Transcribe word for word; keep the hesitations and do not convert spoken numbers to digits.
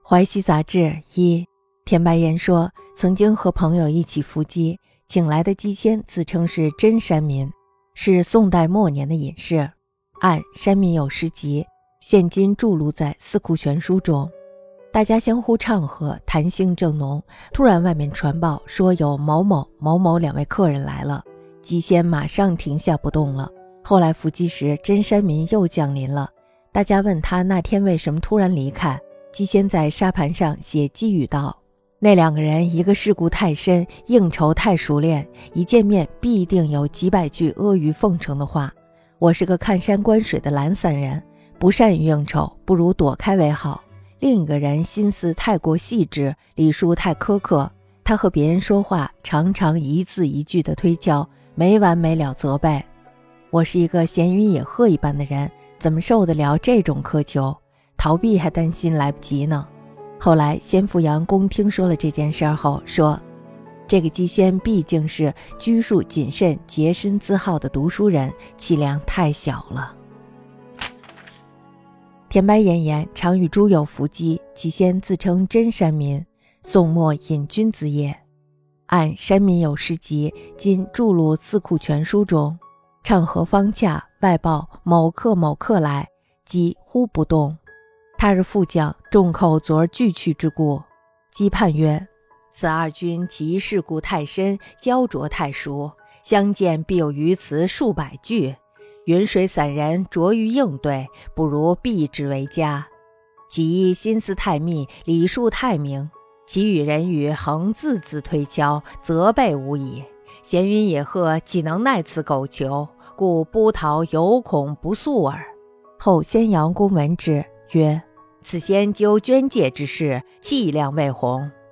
淮西杂志一，田白岩说，曾经和朋友一起伏击，请来的鸡仙自称是真山民，是宋代末年的隐士。按山民有诗集，现今著录在《四库全书》中。大家相互唱和，谈兴正浓，突然外面传报说有某某某某两位客人来了，鸡仙马上停下不动了。后来伏击时，真山民又降临了，大家问他那天为什么突然离开，鸡仙在沙盘上写寄语道：那两个人一个世故太深，应酬太熟练，一见面必定有几百句阿谀奉承的话。我是个看山观水的懒散人，不善于应酬，不如躲开为好。另一个人心思太过细致，礼数太苛刻，他和别人说话常常一字一句的推敲，没完没了责备。我是一个闲云野鹤一般的人，怎么受得了这种苛求？逃避还担心来不及呢。后来先父杨公听说了这件事后说，这个鸡仙毕竟是拘束谨慎、洁身自好的读书人，气量太小了。田白岩言，常与诸友伏击，其先自称真山民，宋末隐君子也。按山民有诗集，今著录《四库全书》中，唱和方洽，外报某客某客来，鸡忽不动。他日复将，众寇昨儿俱去之故。鸡判曰：此二君其事故太深，焦灼太熟，相见必有余词数百句，云水散人着于应对，不如避之为佳。其一心思太密，礼数太明，其与人语恒字字推敲，责备无已。闲云野鹤岂能耐此苟求？故波涛犹恐不速耳。后先杨公闻之，曰：此仙究捐介之事，气量未宏，